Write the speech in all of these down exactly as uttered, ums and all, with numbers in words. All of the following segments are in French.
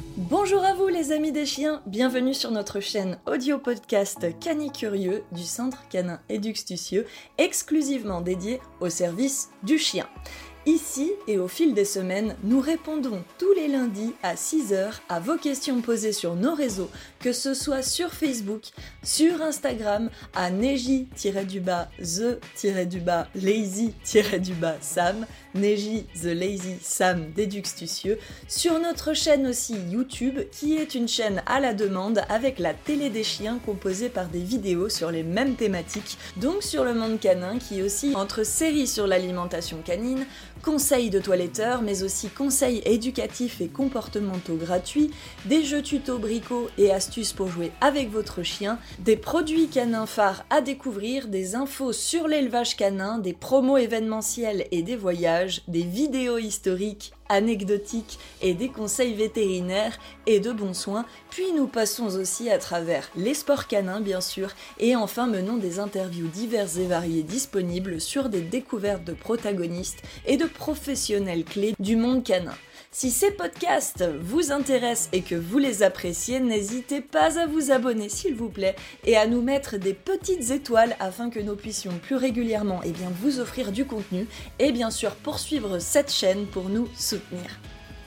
Bonjour à vous les amis des chiens, bienvenue sur notre chaîne audio podcast Canicurieux du Centre Canin Éduxtucieux, exclusivement dédié au service du chien. Ici et au fil des semaines, nous répondons tous les lundis à six heures à vos questions posées sur nos réseaux, que ce soit sur Facebook, sur Instagram, à neji-du-bas the-du-bas lazy-du-bas Sam, Neji the Lazy Sam d'Éduxtucieux, sur notre chaîne aussi YouTube, qui est une chaîne à la demande avec la télé des chiens composée par des vidéos sur les mêmes thématiques, donc sur le monde canin qui est aussi entre séries sur l'alimentation canine, conseils de toiletteurs, mais aussi conseils éducatifs et comportementaux gratuits, des jeux tutos bricots et astuces pour jouer avec votre chien, des produits canins phares à découvrir, des infos sur l'élevage canin, des promos événementiels et des voyages, des vidéos historiques, anecdotiques et des conseils vétérinaires et de bons soins, puis nous passons aussi à travers les sports canins bien sûr, et enfin menons des interviews diverses et variées disponibles sur des découvertes de protagonistes et de professionnels clés du monde canin. Si ces podcasts vous intéressent et que vous les appréciez, n'hésitez pas à vous abonner s'il vous plaît et à nous mettre des petites étoiles afin que nous puissions plus régulièrement eh bien, vous offrir du contenu et bien sûr poursuivre cette chaîne pour nous soutenir.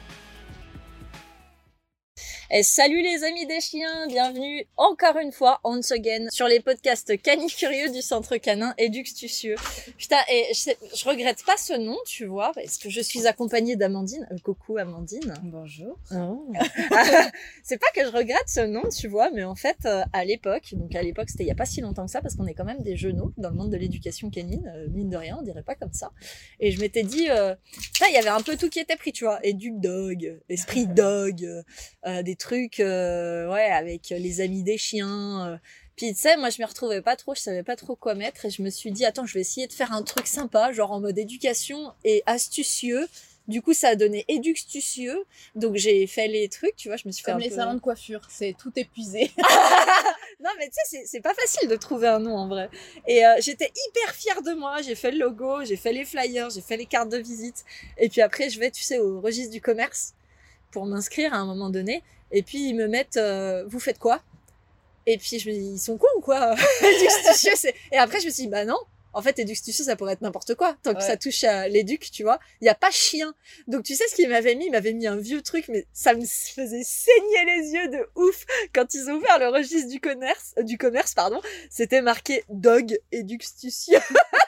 Et salut les amis des chiens, bienvenue encore une fois, once again, sur les podcasts Canicurieux du Centre Canin Éduxtucieux. Putain, et je, je regrette pas ce nom, tu vois, parce que je suis accompagnée d'Amandine. Euh, coucou Amandine. Bonjour. Oh. C'est pas que je regrette ce nom, tu vois, mais en fait, euh, à l'époque, donc à l'époque c'était il y a pas si longtemps que ça, parce qu'on est quand même des genoux dans le monde de l'éducation canine, euh, mine de rien, on dirait pas comme ça. Et je m'étais dit, euh, putain, il y avait un peu tout qui était pris, tu vois, éduc dog, esprit dog, euh, des trucs euh, ouais avec les amis des chiens euh. Puis tu sais, moi je m'y retrouvais pas trop, je savais pas trop quoi mettre et je me suis dit attends, je vais essayer de faire un truc sympa, genre en mode éducation et astucieux. Du coup ça a donné éduxtucieux, donc j'ai fait les trucs, tu vois, je me suis fait comme un les peu... salons de coiffure, c'est tout épuisé. Non mais tu sais, c'est, c'est pas facile de trouver un nom en vrai. Et euh, j'étais hyper fière de moi, j'ai fait le logo, j'ai fait les flyers, j'ai fait les cartes de visite et puis après je vais, tu sais, au registre du commerce pour m'inscrire à un moment donné. Et puis ils me mettent euh, vous faites quoi? Et puis je me dis ils sont cons ou quoi? Éduxtucieux, c'est... Et après je me suis dit bah non, en fait éduxtucieux ça pourrait être n'importe quoi tant que ouais. Ça touche à l'éduc, tu vois. Il y a pas chien. Donc tu sais ce qu'il m'avait mis? Il m'avait mis un vieux truc, mais ça me faisait saigner les yeux de ouf quand ils ont ouvert le registre du commerce, euh, du commerce pardon. C'était marqué dog éduxtucieux.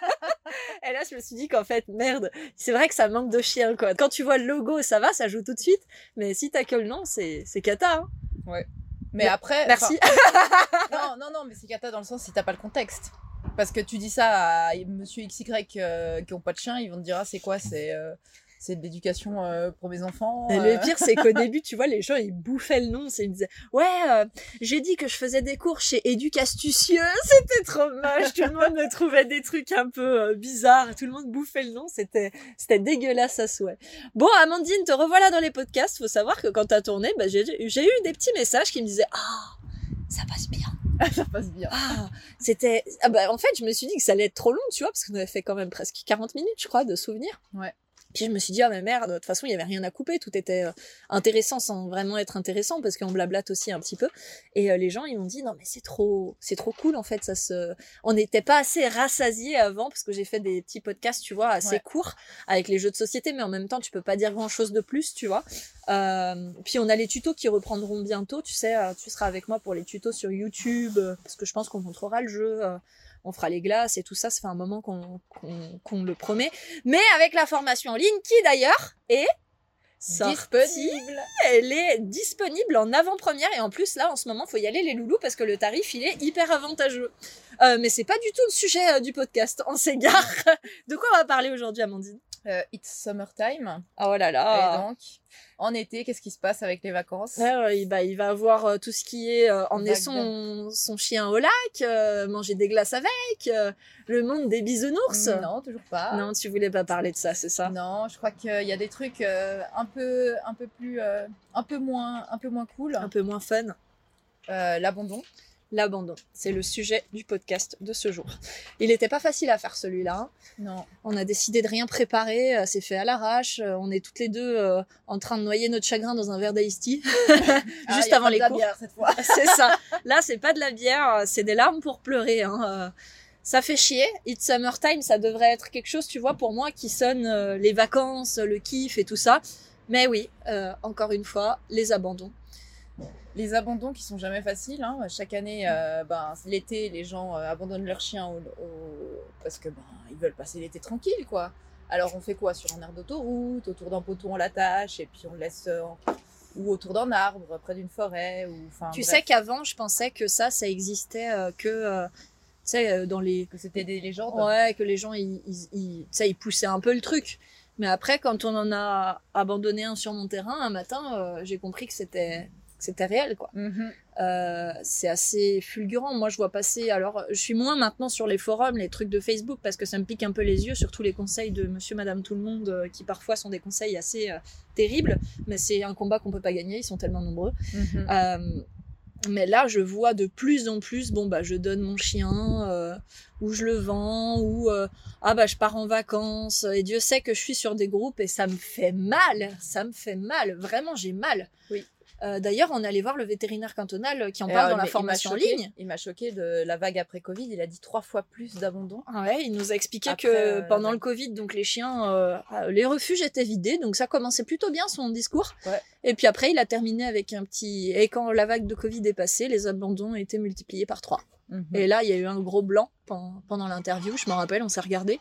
Et là, je me suis dit qu'en fait, merde, c'est vrai que ça manque de chien, quoi. Quand tu vois le logo, ça va, ça joue tout de suite. Mais si t'as que le nom, c'est, c'est cata, hein. Ouais. Mais, mais après... Merci. non, non, non, mais c'est cata dans le sens si t'as pas le contexte. Parce que tu dis ça à monsieur X Y euh, qui ont pas de chien, ils vont te dire, ah, c'est quoi? C'est... Euh... c'est de l'éducation euh, pour mes enfants. Et euh... le pire, c'est qu'au début, tu vois, les gens, ils bouffaient le nom. C'est, ils me disaient, ouais, euh, j'ai dit que je faisais des cours chez Éducastucieux. C'était trop moche. Tout le monde me trouvait des trucs un peu euh, bizarres. Tout le monde bouffait le nom. C'était, c'était dégueulasse à souhait. Bon, Amandine, te revoilà dans les podcasts. Faut savoir que quand t'as tourné, bah, j'ai, j'ai eu des petits messages qui me disaient, ah, ça passe bien. Ça passe bien. Ah, c'était, ah bah, en fait, je me suis dit que ça allait être trop long, tu vois, parce qu'on avait fait quand même presque quarante minutes, je crois, de souvenirs. Ouais. Puis je me suis dit, ah mais merde, de toute façon, il y avait rien à couper, tout était euh, intéressant sans vraiment être intéressant, parce qu'on blablate aussi un petit peu. Et euh, les gens, ils m'ont dit, non mais c'est trop, c'est trop cool, en fait, ça se... On n'était pas assez rassasiés avant, parce que j'ai fait des petits podcasts, tu vois, assez ouais. courts, avec les jeux de société, mais en même temps, tu peux pas dire grand-chose de plus, tu vois. Euh, puis on a les tutos qui reprendront bientôt, tu sais, euh, tu seras avec moi pour les tutos sur YouTube, euh, parce que je pense qu'on montrera le jeu... Euh, on fera les glaces et tout ça, ça fait un moment qu'on, qu'on, qu'on le promet. Mais avec la formation en ligne, qui d'ailleurs est sortie, disponible. Elle est disponible en avant-première et en plus là, en ce moment, faut y aller les loulous parce que le tarif, il est hyper avantageux. Euh, mais c'est pas du tout le sujet euh, du podcast, on s'égare. De quoi on va parler aujourd'hui, Amandine? euh, It's summertime. Oh là là. Et donc, en été, qu'est-ce qui se passe avec les vacances? Ouais, ouais, bah, il va avoir euh, tout ce qui est euh, emmener son, son chien au lac, euh, manger des glaces avec, euh, le monde des bisounours. Non, toujours pas. Non, tu voulais pas parler de ça, c'est ça? Non, je crois qu'il y a des trucs euh, un peu, un peu plus, euh, un peu moins, un peu moins cool. Un peu moins fun. Euh, l'abandon. L'abandon, c'est le sujet du podcast de ce jour. Il n'était pas facile à faire celui-là. Hein. Non. On a décidé de rien préparer, euh, c'est fait à l'arrache. Euh, on est toutes les deux euh, en train de noyer notre chagrin dans un verre d'ice tea Ah, juste y a avant pas les de la cours. bière, cette fois. C'est ça. Là, c'est pas de la bière, c'est des larmes pour pleurer. Hein. Euh, ça fait chier. It's Summertime, ça devrait être quelque chose, tu vois, pour moi, qui sonne euh, les vacances, le kiff et tout ça. Mais oui, euh, encore une fois, les abandons. Les abandons qui sont jamais faciles. Hein. Chaque année, euh, ben, l'été, les gens euh, abandonnent leurs chiens au, au... parce que ben, ils veulent passer l'été tranquille, quoi. Alors on fait quoi? Sur un aire d'autoroute, autour d'un poteau on l'attache et puis on le laisse euh, en... ou autour d'un arbre, près d'une forêt. Ou... Enfin, Tu bref. sais qu'avant, je pensais que ça, ça existait euh, que, euh, tu sais, euh, dans les... Que c'était des légendes. Ouais, que les gens, ils, ils, ils, tu sais, ils poussaient un peu le truc. Mais après, quand on en a abandonné un sur mon terrain, un matin, euh, j'ai compris que c'était... c'était réel, quoi. Mm-hmm. Euh, c'est assez fulgurant. Moi, je vois passer... Alors, je suis moins maintenant sur les forums, les trucs de Facebook, parce que ça me pique un peu les yeux, surtout les conseils de monsieur, madame, tout le monde, euh, qui parfois sont des conseils assez euh, terribles, mais c'est un combat qu'on peut pas gagner, ils sont tellement nombreux. Mm-hmm. Euh, mais là, je vois de plus en plus, bon, bah, je donne mon chien, euh, ou je le vends, ou euh, ah bah je pars en vacances, et Dieu sait que je suis sur des groupes, et ça me fait mal, ça me fait mal, vraiment, j'ai mal. Oui. Euh, d'ailleurs, on est allé voir le vétérinaire cantonal qui en Et parle alors, dans la il- formation en il m'a choqué- ligne. Il m'a choqué de la vague après Covid. Il a dit trois fois plus d'abandon. Ah ouais, il nous a expliqué Après, que euh, pendant la le Covid, donc les chiens, euh, euh, les refuges étaient vidés, donc ça commençait plutôt bien son discours. Ouais. Et puis après, il a terminé avec un petit. Et quand la vague de Covid est passée, les abandons ont été multipliés par trois. Mhm. Et là, il y a eu un gros blanc pendant, pendant l'interview. Je me rappelle, on s'est regardé.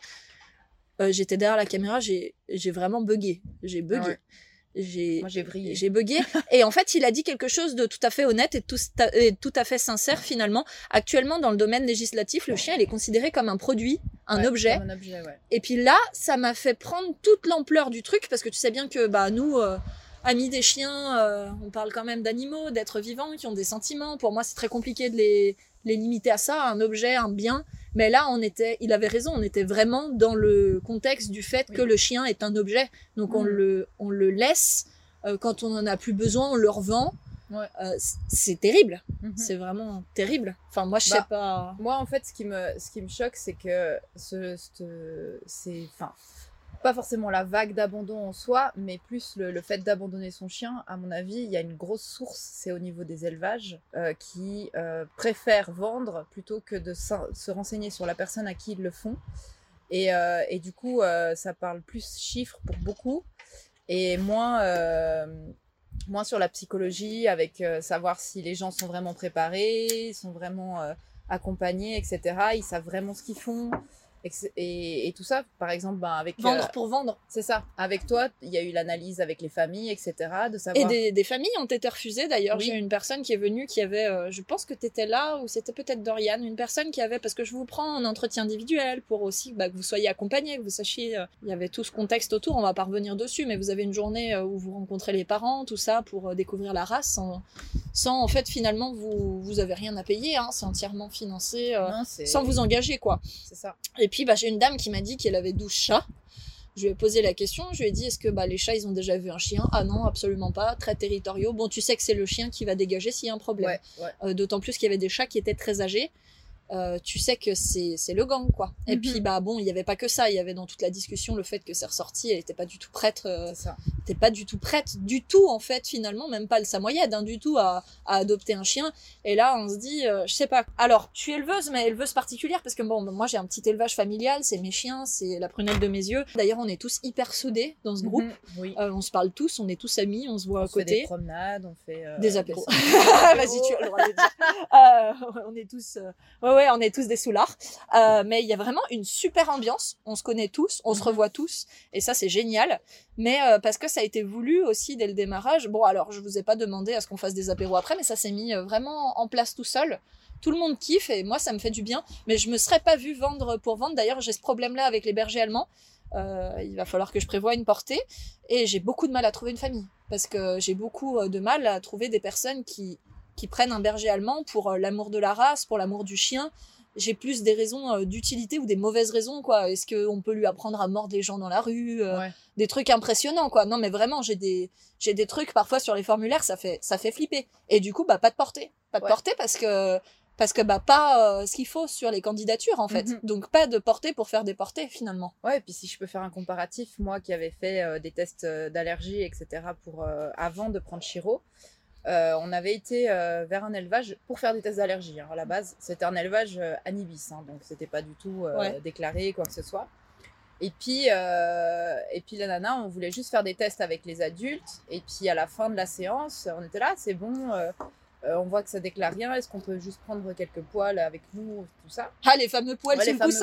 Euh, j'étais derrière la caméra, j'ai j'ai vraiment bugué. J'ai bugué. Ah ouais. J'ai Moi, j'ai vrillé. j'ai bugué. Et en fait, il a dit quelque chose de tout à fait honnête et tout, et tout à fait sincère finalement. Actuellement, dans le domaine législatif, le chien il est considéré comme un produit, un Ouais, objet. comme un objet, ouais. Et puis là, ça m'a fait prendre toute l'ampleur du truc parce que tu sais bien que bah nous, euh, amis des chiens, euh, on parle quand même d'animaux, d'êtres vivants qui ont des sentiments. Pour moi, c'est très compliqué de les, les limiter à ça, un objet, un bien. Mais là, on était, il avait raison, on était vraiment dans le contexte du fait Oui. que le chien est un objet. Donc on Mhm. le, on le laisse. Euh, quand on en a plus besoin, on le revend. Ouais. Euh, c- c'est terrible. Mhm. C'est vraiment terrible. Enfin, moi, je Bah, sais pas. Moi, en fait, ce qui me, ce qui me choque, c'est que ce, ce- c'est, enfin, pas forcément la vague d'abandon en soi, mais plus le, le fait d'abandonner son chien. À mon avis, il y a une grosse source, c'est au niveau des élevages, euh, qui euh, préfèrent vendre plutôt que de s'in- se renseigner sur la personne à qui ils le font. Et, euh, et du coup, euh, ça parle plus chiffres pour beaucoup, et moins, euh, moins sur la psychologie, avec euh, savoir si les gens sont vraiment préparés, sont vraiment euh, accompagnés, et cetera. Ils savent vraiment ce qu'ils font. Et, et, et tout ça, par exemple, ben, avec... Vendre euh, pour vendre. c'est ça. Avec toi, il y a eu l'analyse avec les familles, et cetera. De Et savoir... des, des familles ont été refusées d'ailleurs. Oui. J'ai eu une personne qui est venue qui avait, euh, je pense que tu étais là, ou c'était peut-être Dorian, une personne qui avait, parce que je vous prends en entretien individuel pour aussi bah, que vous soyez accompagnés, que vous sachiez, euh, il y avait tout ce contexte autour, on va pas revenir dessus, mais vous avez une journée euh, où vous rencontrez les parents, tout ça, pour euh, découvrir la race, sans, sans en fait finalement vous, vous avez rien à payer, hein, c'est entièrement financé, euh, Non, c'est... sans vous engager quoi. C'est ça. Et puis bah, j'ai une dame qui m'a dit qu'elle avait douze chats. Je lui ai posé la question, je lui ai dit est-ce que bah, les chats ils ont déjà vu un chien? Ah non, absolument pas, très territoriaux. Bon, tu sais que c'est le chien qui va dégager s'il y a un problème. Ouais, ouais. Euh, d'autant plus qu'il y avait des chats qui étaient très âgés. Euh, tu sais que c'est c'est le gang quoi. Et Mhm. puis bah bon, il y avait pas que ça, il y avait dans toute la discussion le fait que c'est ressorti, elle était pas du tout prête, euh, C'est ça. t'es pas du tout prête du tout en fait finalement, même pas le samoyède hein, du tout à, à adopter un chien. Et là on se dit, euh, je sais pas. Alors je suis éleveuse mais éleveuse particulière parce que bon moi j'ai un petit élevage familial, c'est mes chiens, c'est la prunelle de mes yeux. D'ailleurs on est tous hyper soudés dans ce groupe, Mhm. Oui. Euh, on se parle tous, on est tous amis, on se voit On à se fait des côté. promenades, on fait... euh, Des apéros. des- Vas-y, tu as le droit de le dire. Euh, on est tous, euh, ouais, ouais, on est tous des soulards. Euh, mais il y a vraiment une super ambiance. On se connaît tous, on se Mhm. revoit tous, et ça c'est génial. Mais euh, parce que ça a été voulu aussi dès le démarrage. Bon, alors je vous ai pas demandé à ce qu'on fasse des apéros après, mais ça s'est mis euh, vraiment en place tout seul. Tout le monde kiffe et moi ça me fait du bien. Mais je me serais pas vue vendre pour vendre. D'ailleurs, j'ai ce problème-là avec les bergers allemands. Euh, il va falloir que je prévoie une portée et j'ai beaucoup de mal à trouver une famille parce que j'ai beaucoup euh, de mal à trouver des personnes qui qui prennent un berger allemand pour euh, l'amour de la race, pour l'amour du chien. J'ai plus des raisons euh, d'utilité ou des mauvaises raisons quoi. Est-ce qu'on peut lui apprendre à mordre les gens dans la rue, euh, Ouais. des trucs impressionnants quoi. Non mais vraiment j'ai des j'ai des trucs parfois sur les formulaires ça fait ça fait flipper et du coup bah pas de portée, pas de Ouais. portée parce que Parce que bah pas euh, ce qu'il faut sur les candidatures en fait. Mm-hmm. Donc pas de portée pour faire des portées finalement. Ouais, et puis si je peux faire un comparatif, moi qui avais fait euh, des tests d'allergie, et cetera pour euh, avant de prendre Chiro, euh, on avait été euh, vers un élevage pour faire des tests d'allergie. Hein, à la base, c'était un élevage euh, Anibis, hein, donc c'était pas du tout euh, ouais. déclaré quoi que ce soit. Et puis, euh, et puis la nana, on voulait juste faire des tests avec les adultes. Et puis à la fin de la séance, on était là, c'est bon. Euh, Euh, on voit que ça déclare rien. Est-ce qu'on peut juste prendre quelques poils avec nous, tout ça? Ah, les fameux poils ouais, sur le poussin.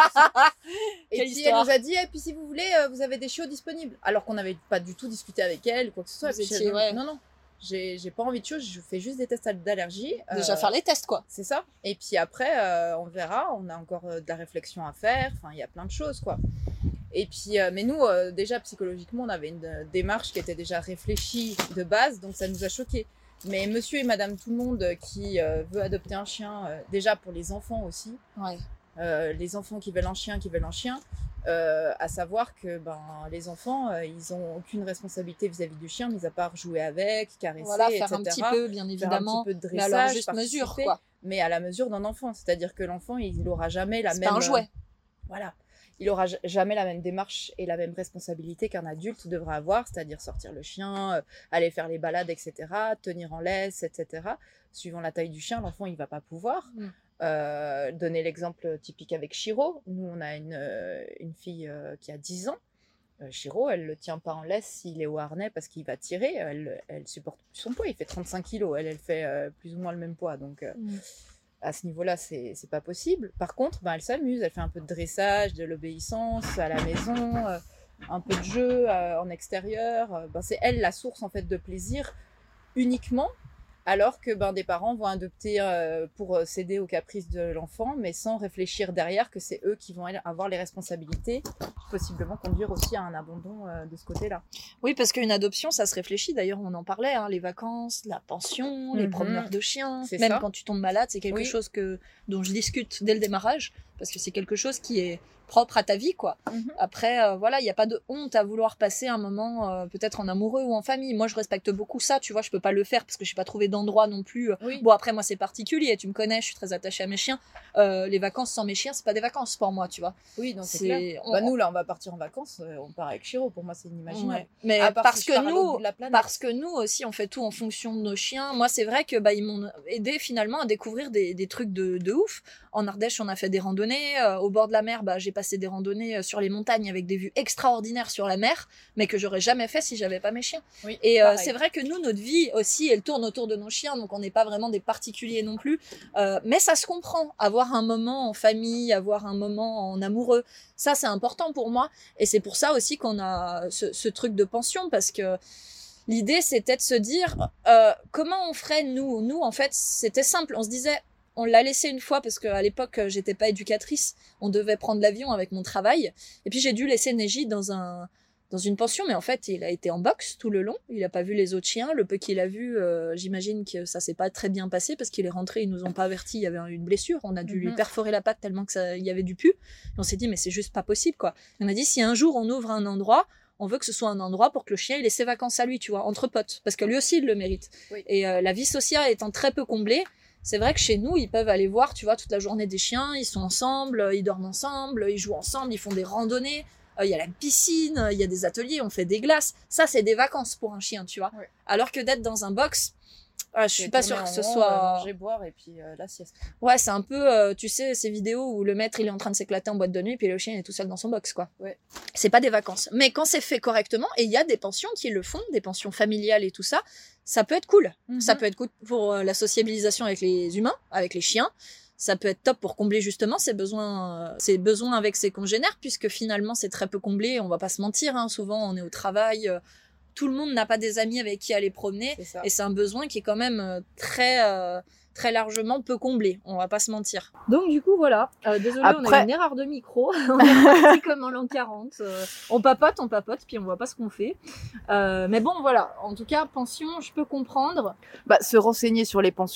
Et puis histoire. Elle nous a dit, et puis si vous voulez, euh, vous avez des chiots disponibles. Alors qu'on n'avait pas du tout discuté avec elle ou quoi que ce soit. Étiez, dit, ouais. Non, non, j'ai, j'ai pas envie de chiots, je fais juste des tests d'allergie. Déjà euh, faire les tests, quoi. C'est ça. Et puis après, euh, on verra. On a encore euh, de la réflexion à faire. Enfin, il y a plein de choses, quoi. Et puis, euh, mais nous, euh, déjà psychologiquement, on avait une euh, démarche qui était déjà réfléchie de base, donc ça nous a choqués. Mais monsieur et madame tout le monde qui euh, veut adopter un chien, euh, déjà pour les enfants aussi, ouais. euh, les enfants qui veulent un chien, qui veulent un chien, euh, à savoir que ben, les enfants, euh, ils n'ont aucune responsabilité vis-à-vis du chien, mis à part jouer avec, caresser, voilà, faire et cetera. Un petit peu, bien évidemment, faire un petit peu de dressage, mais à leur juste mesure, quoi. Mais à la mesure d'un enfant, c'est-à-dire que l'enfant, il n'aura jamais la C'est même... pas un jouet. Euh, voilà. Il n'aura jamais la même démarche et la même responsabilité qu'un adulte devra avoir, c'est-à-dire sortir le chien, euh, aller faire les balades, et cetera, tenir en laisse, et cetera. Suivant la taille du chien, l'enfant, il ne va pas pouvoir. Mm. Euh, donner l'exemple typique avec Chiro. Nous, on a une, euh, une fille euh, qui a dix ans. Euh, Chiro, elle ne le tient pas en laisse s'il est au harnais parce qu'il va tirer. Elle, elle supporte plus son poids. Il fait trente-cinq kilos. Elle, elle fait euh, plus ou moins le même poids. Donc... Euh, mm. À ce niveau-là, c'est, c'est pas possible. Par contre, ben, elle s'amuse, elle fait un peu de dressage, de l'obéissance à la maison, euh, un peu de jeu euh, en extérieur. Euh, ben, c'est elle la source en fait de plaisir uniquement, alors que ben, des parents vont adopter euh, pour céder aux caprices de l'enfant, mais sans réfléchir derrière que c'est eux qui vont avoir les responsabilités, possiblement conduire aussi à un abandon euh, de ce côté-là. Oui, parce qu'une adoption, ça se réfléchit. D'ailleurs, on en parlait, hein, les vacances, la pension, les mm-hmm. promeneurs de chiens. C'est Même ça. Quand tu tombes malade, c'est quelque oui. chose que, dont je discute dès le démarrage, parce que c'est quelque chose qui est propre à ta vie, quoi. Mm-hmm. Après, euh, voilà, il n'y a pas de honte à vouloir passer un moment euh, peut-être en amoureux ou en famille. Moi, je respecte beaucoup ça, tu vois, je peux pas le faire parce que je n'ai pas trouvé d'endroit non plus. Oui. Bon, après, moi, c'est particulier, tu me connais, je suis très attachée à mes chiens. Euh, les vacances sans mes chiens, c'est pas des vacances pour moi, tu vois. Oui, donc c'est, c'est clair. On... Bah, nous, là, on va partir en vacances, euh, on part avec Chiro, pour moi, c'est inimaginable. Ouais. Mais parce si que nous, parce que nous aussi, on fait tout en fonction de nos chiens. Moi, c'est vrai que bah, ils m'ont aidé finalement à découvrir des, des trucs de, de ouf. En Ardèche, on a fait des randonnées. Euh, au bord de la mer, bah, j'ai passé des randonnées sur les montagnes avec des vues extraordinaires sur la mer, mais que j'aurais jamais fait si j'avais pas mes chiens. Oui, et euh, c'est vrai que nous, notre vie aussi, elle tourne autour de nos chiens, donc on n'est pas vraiment des particuliers non plus. Euh, mais ça se comprend. Avoir un moment en famille, avoir un moment en amoureux, ça c'est important pour moi. Et c'est pour ça aussi qu'on a ce, ce truc de pension, parce que l'idée c'était de se dire euh, comment on ferait nous. Nous, en fait, c'était simple. On se disait, on l'a laissé une fois parce qu'à l'époque, j'étais pas éducatrice. On devait prendre l'avion avec mon travail. Et puis, j'ai dû laisser Neji dans un, dans une pension. Mais en fait, il a été en boxe tout le long. Il a pas vu les autres chiens. Le peu qu'il a vu, euh, j'imagine que ça s'est pas très bien passé parce qu'il est rentré, ils nous ont pas avertis. Il y avait une blessure. On a dû mm-hmm. lui perforer la patte tellement que ça, il y avait du pu. Et on s'est dit, mais c'est juste pas possible, quoi. Et on a dit, si un jour on ouvre un endroit, on veut que ce soit un endroit pour que le chien il ait ses vacances à lui, tu vois, entre potes. Parce que lui aussi, il le mérite. Oui. Et euh, la vie sociale étant très peu comblée, c'est vrai que chez nous, ils peuvent aller voir, tu vois, toute la journée des chiens, ils sont ensemble, ils dorment ensemble, ils jouent ensemble, ils font des randonnées, il euh, y a la piscine, il y a des ateliers, on fait des glaces. Ça, c'est des vacances pour un chien, tu vois. Oui. Alors que d'être dans un box, euh, je suis pas sûre que ce rond, soit... Euh, manger, boire et puis euh, la sieste. Ouais, c'est un peu, euh, tu sais, ces vidéos où le maître, il est en train de s'éclater en boîte de nuit, puis le chien est tout seul dans son box, quoi. Ouais. C'est pas des vacances. Mais quand c'est fait correctement, et il y a des pensions qui le font, des pensions familiales et tout ça, ça peut être cool. Mm-hmm. Ça peut être cool pour euh, la sociabilisation avec les humains, avec les chiens. Ça peut être top pour combler justement ses besoins, euh, ses besoins avec ses congénères, puisque finalement, c'est très peu comblé. On va pas se mentir, hein. Souvent, on est au travail... Euh, tout le monde n'a pas des amis avec qui aller promener, c'est et c'est un besoin qui est quand même euh, très, euh, très largement peu comblé, on va pas se mentir. Donc du coup voilà, euh, désolé, Après... on a une erreur de micro, on est parti comme en l'an quarante, euh, on papote, on papote, puis on voit pas ce qu'on fait. Euh, mais bon voilà, en tout cas, pension, je peux comprendre. Bah, se renseigner sur les pensions,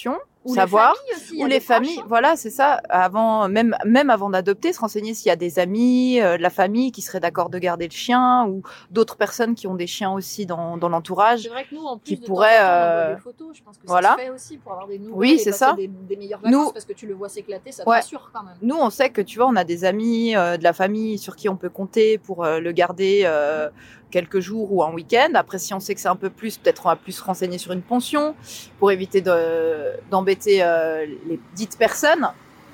Ou savoir. Les aussi, ou les familles, proches, hein. Voilà, c'est ça. Avant, même, même avant d'adopter, se renseigner s'il y a des amis, euh, de la famille qui seraient d'accord de garder le chien ou d'autres personnes qui ont des chiens aussi dans, dans l'entourage. C'est vrai que nous, en plus, qui de pourraient, temps en temps, on euh, envoie des photos. Je pense que voilà. ça se fait aussi pour avoir des nouvelles Oui, et c'est passer ça. Des, des meilleures vacances Nous, parce que tu le vois s'éclater, ça te ouais. rassure quand même. Nous, on sait que tu vois, on a des amis, euh, de la famille sur qui on peut compter pour euh, le garder euh, quelques jours ou un week-end. Après, si on sait que c'est un peu plus, peut-être on va plus se renseigner sur une pension pour éviter de, d'embêter euh, les dites personnes.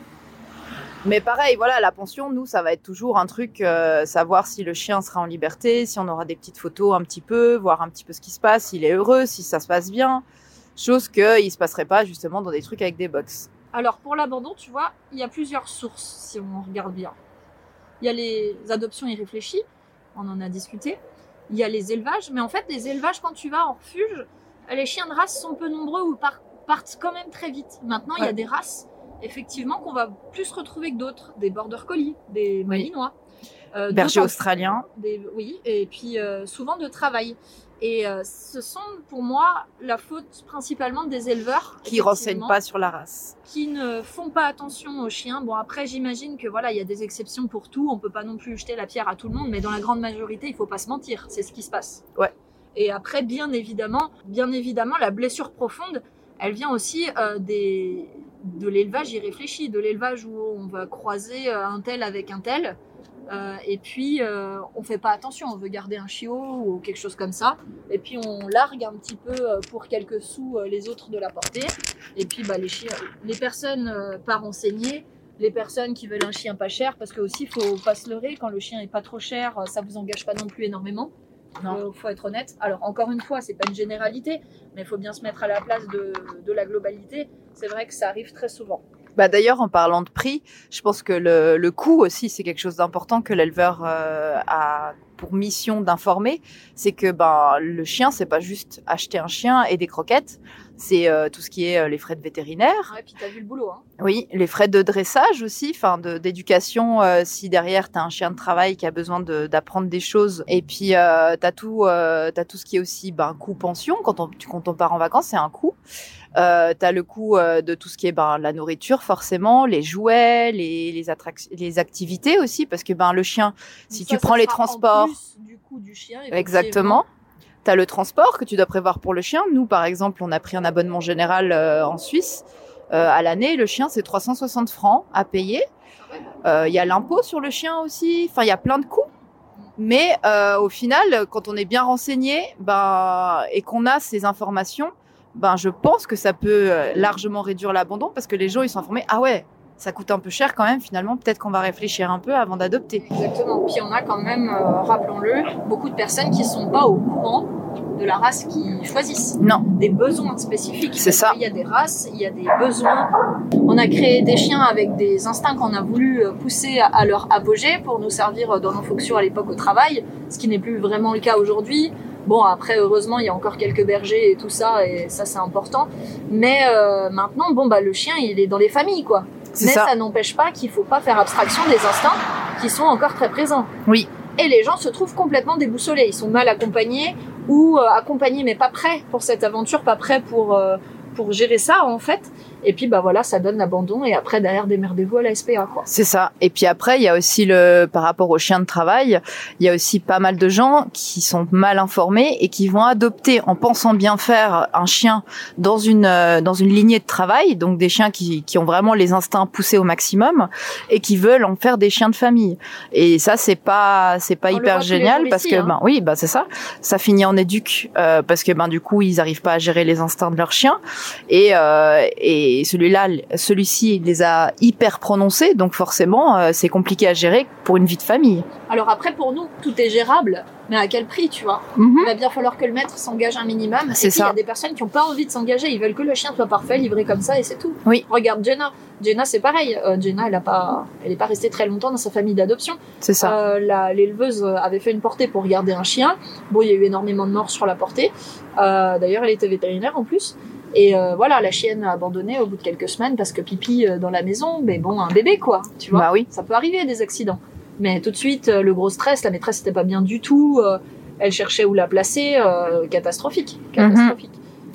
Mais pareil, voilà, la pension, nous, ça va être toujours un truc, euh, savoir si le chien sera en liberté, si on aura des petites photos un petit peu, voir un petit peu ce qui se passe, s'il est heureux, si ça se passe bien. Chose qu'il ne se passerait pas justement dans des trucs avec des box. Alors, pour l'abandon, tu vois, il y a plusieurs sources, si on regarde bien. Il y a les adoptions irréfléchies, on en a discuté. Il y a les élevages, mais en fait, les élevages, quand tu vas en refuge, les chiens de race sont peu nombreux ou par- partent quand même très vite. Maintenant, il ouais. y a des races, effectivement, qu'on va plus retrouver que d'autres. Des border collies, des malinois. Euh, Berger australien. Des, oui, et puis euh, souvent de travail. Et euh, ce sont pour moi la faute principalement des éleveurs qui ne renseignent pas sur la race, qui ne font pas attention aux chiens. Bon, après j'imagine que voilà, il y a des exceptions pour tout, on peut pas non plus jeter la pierre à tout le monde, mais dans la grande majorité il faut pas se mentir, c'est ce qui se passe. Ouais. Et après bien évidemment, bien évidemment la blessure profonde, elle vient aussi euh, des de l'élevage irréfléchi, de l'élevage où on va croiser un tel avec un tel. Euh, et puis euh, on fait pas attention, on veut garder un chiot ou quelque chose comme ça, et puis on largue un petit peu euh, pour quelques sous euh, les autres de la portée, et puis bah, les, chiens, les personnes euh, pas renseignées, les personnes qui veulent un chien pas cher, parce que aussi faut pas se leurrer, quand le chien est pas trop cher, ça vous engage pas non plus énormément. Non. Euh, faut être honnête. Alors encore une fois, c'est pas une généralité, mais il faut bien se mettre à la place de, de la globalité. C'est vrai que ça arrive très souvent. Bah d'ailleurs, en parlant de prix, je pense que le, le coût aussi, c'est quelque chose d'important que l'éleveur euh, a pour mission d'informer. C'est que ben, le chien, c'est pas juste acheter un chien et des croquettes. C'est euh, tout ce qui est euh, les frais de vétérinaire. Ouais, puis t'as vu le boulot, hein. Oui, les frais de dressage aussi, enfin de, d'éducation, euh, si derrière t'as un chien de travail qui a besoin de, d'apprendre des choses. Et puis euh, t'as tout, euh, t'as tout ce qui est aussi ben, coût pension. Quand on, quand on part en vacances, c'est un coût. Euh, t'as le coût euh, de tout ce qui est ben, la nourriture forcément, les jouets, les, les, attrac- les activités aussi, parce que ben, le chien, si ça, tu prends les transports... En plus du coût du chien, exactement. Tu as le transport que tu dois prévoir pour le chien. Nous, par exemple, on a pris un abonnement général euh, en Suisse. Euh, à l'année, le chien, c'est trois cent soixante francs à payer. Il euh, y a l'impôt sur le chien aussi. Enfin, il y a plein de coûts. Mais euh, au final, quand on est bien renseigné ben, et qu'on a ces informations, ben, je pense que ça peut largement réduire l'abandon parce que les gens, ils sont informés. Ah ouais, ça coûte un peu cher quand même, finalement, peut-être qu'on va réfléchir un peu avant d'adopter. Exactement. Puis on a quand même, euh, rappelons-le, beaucoup de personnes qui ne sont pas au courant de la race qu'ils choisissent. Non. Des besoins spécifiques. C'est ça. Il y a des races, il y a des besoins. On a créé des chiens avec des instincts qu'on a voulu pousser à leur apogée pour nous servir dans nos fonctions à l'époque au travail, ce qui n'est plus vraiment le cas aujourd'hui. Bon, après, heureusement, il y a encore quelques bergers et tout ça, et ça, c'est important. Mais euh, maintenant, bon, bah, le chien, il est dans les familles, quoi. C'est Mais ça, ça n'empêche pas qu'il faut pas faire abstraction des instincts qui sont encore très présents. Oui. Et les gens se trouvent complètement déboussolés. Ils sont mal accompagnés ou euh, accompagnés mais pas prêts pour cette aventure, pas prêts pour euh, pour gérer ça en fait. Et puis bah voilà, ça donne l'abandon et après derrière démerdez-vous à la S P A quoi. C'est ça. Et puis après il y a aussi le par rapport aux chiens de travail, il y a aussi pas mal de gens qui sont mal informés et qui vont adopter en pensant bien faire un chien dans une euh, dans une lignée de travail, donc des chiens qui qui ont vraiment les instincts poussés au maximum et qui veulent en faire des chiens de famille. Et ça c'est pas c'est pas On hyper génial parce ici, que hein. ben oui, bah c'est ça. Ça finit en éduc euh, parce que ben du coup, ils arrivent pas à gérer les instincts de leur chien et euh, et Et celui-là, celui-ci, il les a hyper prononcés, donc forcément, euh, c'est compliqué à gérer pour une vie de famille. Alors après, pour nous, tout est gérable, mais à quel prix, tu vois ? Mm-hmm. Il va bien falloir que le maître s'engage un minimum. C'est et puis, ça. il y a des personnes qui n'ont pas envie de s'engager, ils veulent que le chien soit parfait, livré comme ça, et c'est tout. Oui. Regarde Jenna. Jenna, c'est pareil. Euh, Jenna, elle a pas, elle est pas restée très longtemps dans sa famille d'adoption. C'est ça. Euh, la, l'éleveuse avait fait une portée pour garder un chien. Bon, il y a eu énormément de morts sur la portée. Euh, d'ailleurs, elle était vétérinaire en plus. Et euh, voilà, la chienne a abandonné au bout de quelques semaines parce que pipi euh, dans la maison, mais bon, un bébé quoi, tu vois. Bah oui. Ça peut arriver des accidents. Mais tout de suite, euh, le gros stress, la maîtresse n'était pas bien du tout. Euh, elle cherchait où la placer, euh, catastrophique, catastrophique.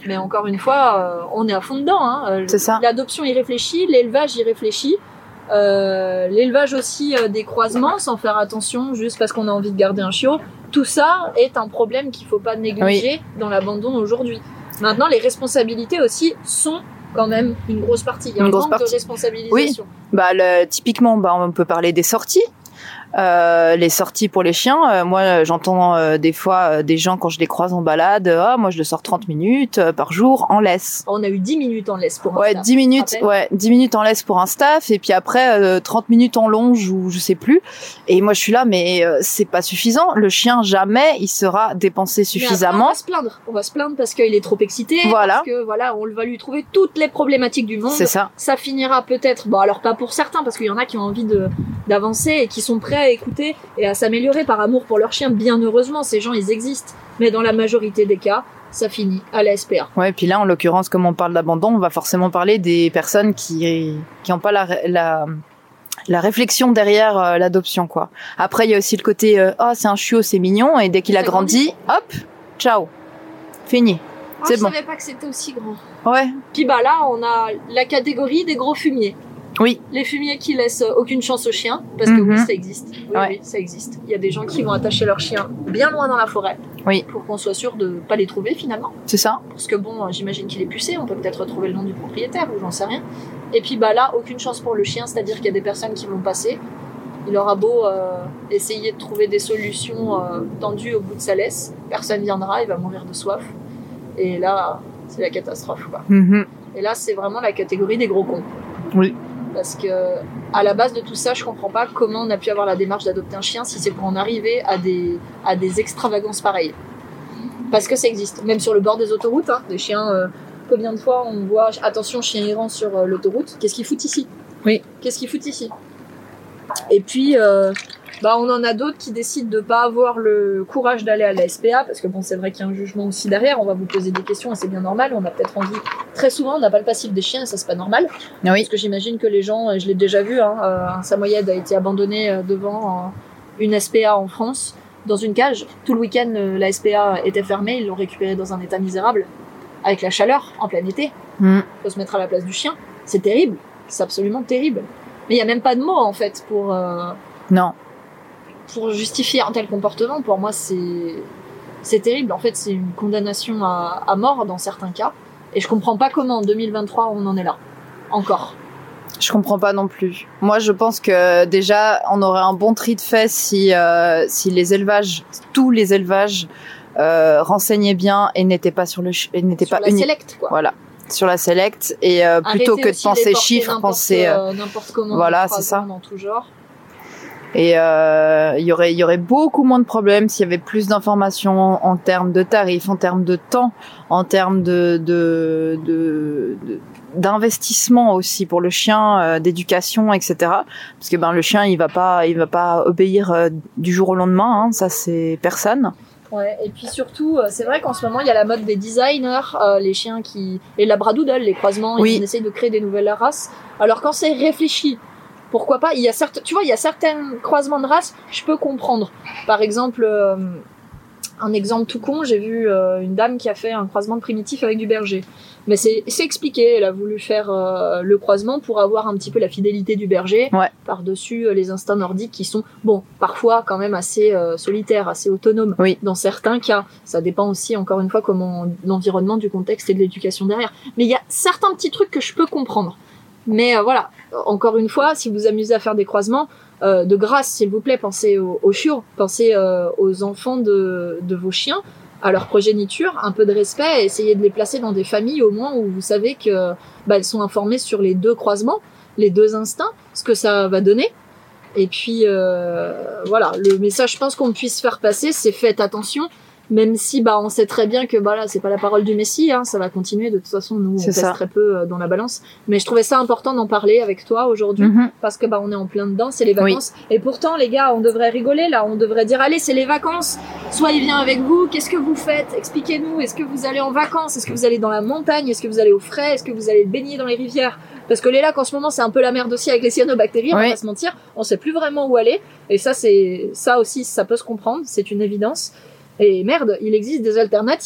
Mais encore une fois, euh, on est à fond dedans. Hein. C'est ça. L'adoption y réfléchit, l'élevage y réfléchit. Euh, l'élevage aussi euh, des croisements, sans faire attention, juste parce qu'on a envie de garder un chiot. Tout ça est un problème qu'il faut pas négliger oui. dans l'abandon aujourd'hui. Maintenant, les responsabilités aussi sont quand même une grosse partie. Il y a une un manque partie. de responsabilisation. Oui. Bah, le, typiquement, bah, on peut parler des sorties. Euh, les sorties pour les chiens, euh, moi j'entends euh, des fois euh, des gens quand je les croise en balade, ah, moi je le sors trente minutes euh, par jour en laisse. On a eu dix minutes en laisse pour un ouais, staff. dix minutes, ouais, dix minutes en laisse pour un staff et puis après euh, trente minutes en longe ou je sais plus. Et moi je suis là mais euh, c'est pas suffisant, le chien jamais il sera dépensé suffisamment. Mais après, on va se plaindre, on va se plaindre parce qu'il est trop excité, voilà. parce que voilà, on va lui trouver toutes les problématiques du monde. C'est ça. Ça finira peut-être, bon alors pas pour certains parce qu'il y en a qui ont envie de d'avancer et qui sont prêts à écouter et à s'améliorer par amour pour leur chien. Bien heureusement, ces gens, ils existent. Mais dans la majorité des cas, ça finit à la S P A. Ouais, et puis là, en l'occurrence, comme on parle d'abandon, on va forcément parler des personnes qui qui ont pas la la la réflexion derrière euh, l'adoption, quoi. Après, il y a aussi le côté euh, ah, c'est un chiot, c'est mignon, et dès qu'il a grandi, hop, ciao, fini. Oh, c'est je bon. savais pas que c'était aussi grand. Ouais. Puis bah là, on a la catégorie des gros fumiers. Oui. Les fumiers qui laissent aucune chance aux chiens, parce que mm-hmm. oui, ça existe. Oui, ouais. oui, ça existe. Il y a des gens qui vont attacher leurs chiens bien loin dans la forêt. Oui. Pour qu'on soit sûr de pas les trouver finalement. C'est ça. Parce que bon, j'imagine qu'il est pucé, on peut peut-être retrouver le nom du propriétaire ou j'en sais rien. Et puis bah là, aucune chance pour le chien, c'est-à-dire qu'il y a des personnes qui vont passer. Il aura beau euh, essayer de trouver des solutions euh, tendues au bout de sa laisse, personne viendra, il va mourir de soif. Et là, c'est la catastrophe, quoi. Mm-hmm. Et là, c'est vraiment la catégorie des gros cons. Oui. Parce que à la base de tout ça, je comprends pas comment on a pu avoir la démarche d'adopter un chien si c'est pour en arriver à des à des extravagances pareilles. Parce que ça existe, même sur le bord des autoroutes, hein, des chiens. Euh, combien de fois on voit attention chien errant sur euh, l'autoroute, qu'est-ce qu'ils foutent ici ? Oui. Qu'est-ce qu'ils foutent ici ? Et puis, euh, bah, on en a d'autres qui décident de pas avoir le courage d'aller à la S P A, parce que bon, c'est vrai qu'il y a un jugement aussi derrière, on va vous poser des questions et c'est bien normal, on a peut-être envie, très souvent on n'a pas le passif des chiens et ça c'est pas normal. Oui. Parce que j'imagine que les gens, je l'ai déjà vu, hein, un samoyède a été abandonné devant une S P A en France, dans une cage. Tout le week-end, la S P A était fermée, ils l'ont récupéré dans un état misérable, avec la chaleur, en plein été. Mm. Faut se mettre à la place du chien. C'est terrible, c'est absolument terrible. Mais il n'y a même pas de mots en fait pour... Euh... Non. Pour justifier un tel comportement, pour moi, c'est c'est terrible. En fait, c'est une condamnation à, à mort dans certains cas. Et je comprends pas comment en deux mille vingt-trois on en est là. Encore. Je comprends pas non plus. Moi, je pense que déjà, on aurait un bon tri de fait si euh, si les élevages, tous les élevages, euh, renseignaient bien et n'étaient pas sur le ch- et n'étaient sur pas la uni- select, quoi. Voilà. Sur la select et euh, plutôt que de penser chiffres, penser euh, n'importe comment. Voilà, c'est ça. Dans tout genre. Et il euh, y aurait il y aurait beaucoup moins de problèmes s'il y avait plus d'informations en, en termes de tarifs, en termes de temps, en termes de de, de, de d'investissement aussi pour le chien, euh, d'éducation, et cetera. Parce que ben le chien il va pas il va pas obéir euh, du jour au lendemain, hein, ça c'est personne. Ouais, et puis surtout, c'est vrai qu'en ce moment, il y a la mode des designers, euh, les chiens qui... Les labradoodles, les croisements, oui. Ils essayent de créer des nouvelles races. Alors quand c'est réfléchi, pourquoi pas, il y a certes, tu vois, il y a certains croisements de races, je peux comprendre. Par exemple, euh, un exemple tout con, j'ai vu euh, une dame qui a fait un croisement de primitif avec du berger. Mais c'est, c'est expliqué, elle a voulu faire euh, le croisement pour avoir un petit peu la fidélité du berger, ouais. par-dessus euh, les instincts nordiques qui sont, bon, parfois quand même assez euh, solitaires, assez autonomes. Oui. Dans certains cas, ça dépend aussi, encore une fois, comment l'environnement, du contexte et de l'éducation derrière. Mais il y a certains petits trucs que je peux comprendre. Mais euh, voilà, encore une fois, si vous vous amusez à faire des croisements, euh, de grâce, s'il vous plaît, pensez aux, aux chiots, pensez euh, aux enfants de, de vos chiens, à leur progéniture, un peu de respect, et essayez de les placer dans des familles au moins où vous savez que bah, elles sont informées sur les deux croisements, les deux instincts, ce que ça va donner. Et puis euh, voilà, le message, je pense qu'on puisse faire passer, c'est faites attention. Même si bah on sait très bien que bah là c'est pas la parole du Messie, hein, ça va continuer de toute façon, nous on c'est pèse ça. très peu euh, dans la balance, mais je trouvais ça important d'en parler avec toi aujourd'hui, mm-hmm. parce que bah on est en plein dedans, c'est les vacances, oui. Et pourtant les gars on devrait rigoler là, on devrait dire allez c'est les vacances, soyez bien avec vous, qu'est-ce que vous faites, expliquez-nous, est-ce que vous allez en vacances, est-ce que vous allez dans la montagne, est-ce que vous allez au frais, est-ce que vous allez baigner dans les rivières, parce que les lacs en ce moment c'est un peu la merde aussi avec les cyanobactéries, on oui. va pas se mentir, on sait plus vraiment où aller, et ça c'est ça aussi ça peut se comprendre, c'est une évidence. Et merde, il existe des alternatives.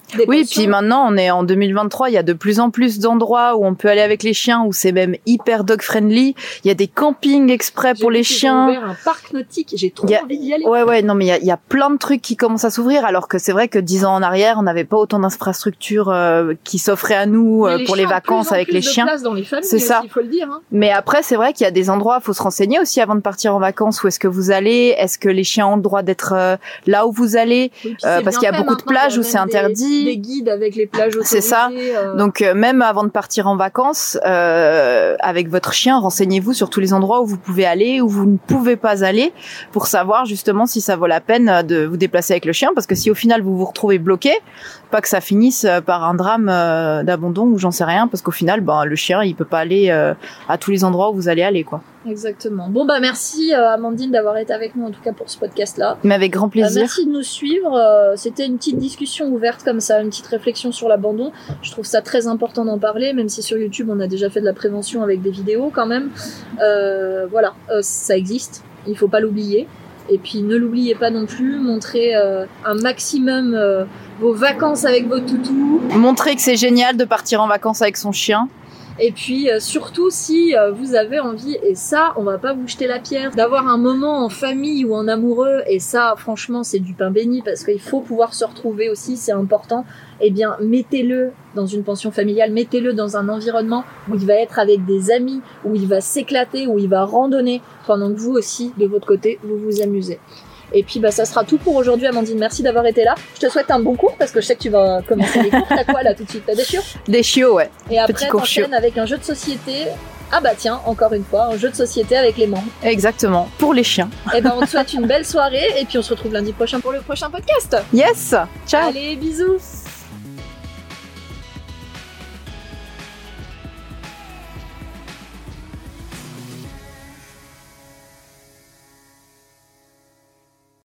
Des Oui, pensions. puis maintenant, on est en deux mille vingt-trois, il y a de plus en plus d'endroits où on peut aller avec les chiens, où c'est même hyper dog-friendly. Il y a des campings exprès J'ai pour vu les qu'ils ont chiens. ouvert un parc nautique, j'ai trop Il y a- envie d'y aller. Ouais, ouais, non, mais il y a, il y a plein de trucs qui commencent à s'ouvrir, alors que c'est vrai que dix ans en arrière, on n'avait pas autant d'infrastructures euh, qui s'offraient à nous euh, Mais pour les chiens ont vacances plus en avec plus les de chiens. place dans les familles, C'est ça. il faut le dire. Hein. Mais après, c'est vrai qu'il y a des endroits, faut se renseigner aussi avant de partir en vacances. Où est-ce que vous allez? Est-ce que les chiens ont le droit d'être euh, là où vous allez? Oui, puis Euh, c'est parce bien qu'il y a fait beaucoup de maintenant, il y a plages où même c'est des- interdit. Des guides avec les plages autorisées. C'est ça. euh, Donc euh, même avant de partir en vacances, euh, avec votre chien, renseignez-vous sur tous les endroits où vous pouvez aller, où vous ne pouvez pas aller, pour savoir justement si ça vaut la peine de vous déplacer avec le chien. Parce que si au final vous vous retrouvez bloqué, pas que ça finisse par un drame euh, d'abandon ou j'en sais rien, parce qu'au final, ben, le chien il peut pas aller euh, à tous les endroits où vous allez aller, quoi. Exactement. Bon bah merci euh, Amandine d'avoir été avec nous en tout cas pour ce podcast là. Mais avec grand plaisir. merci de nous suivre. Euh, C'était une petite discussion ouverte comme ça, une petite réflexion sur l'abandon. Je trouve ça très important d'en parler, même si sur YouTube on a déjà fait de la prévention avec des vidéos quand même. Euh, voilà, euh, ça existe. Il faut pas l'oublier. Et puis ne l'oubliez pas non plus. Montrez euh, un maximum euh, vos vacances avec vos toutous. Montrer que c'est génial de partir en vacances avec son chien. Et puis euh, surtout si euh, vous avez envie, et ça on va pas vous jeter la pierre, d'avoir un moment en famille ou en amoureux, et ça franchement c'est du pain béni parce qu'il faut pouvoir se retrouver aussi, c'est important, eh bien mettez-le dans une pension familiale, mettez-le dans un environnement où il va être avec des amis, où il va s'éclater, où il va randonner, pendant que vous aussi de votre côté vous vous amusez. Et puis bah ça sera tout pour aujourd'hui Amandine, merci d'avoir été là. Je te souhaite un bon cours parce que je sais que tu vas commencer les cours. T'as quoi là tout de suite? T'as des chiots? Des chiots, ouais. Et après Petit cours t'enchaînes avec un jeu de société. Ah bah tiens, encore une fois, un jeu de société avec les membres. Exactement. Pour les chiens. Et ben on te souhaite une belle soirée et puis on se retrouve lundi prochain pour le prochain podcast. Yes. Ciao. Allez, bisous.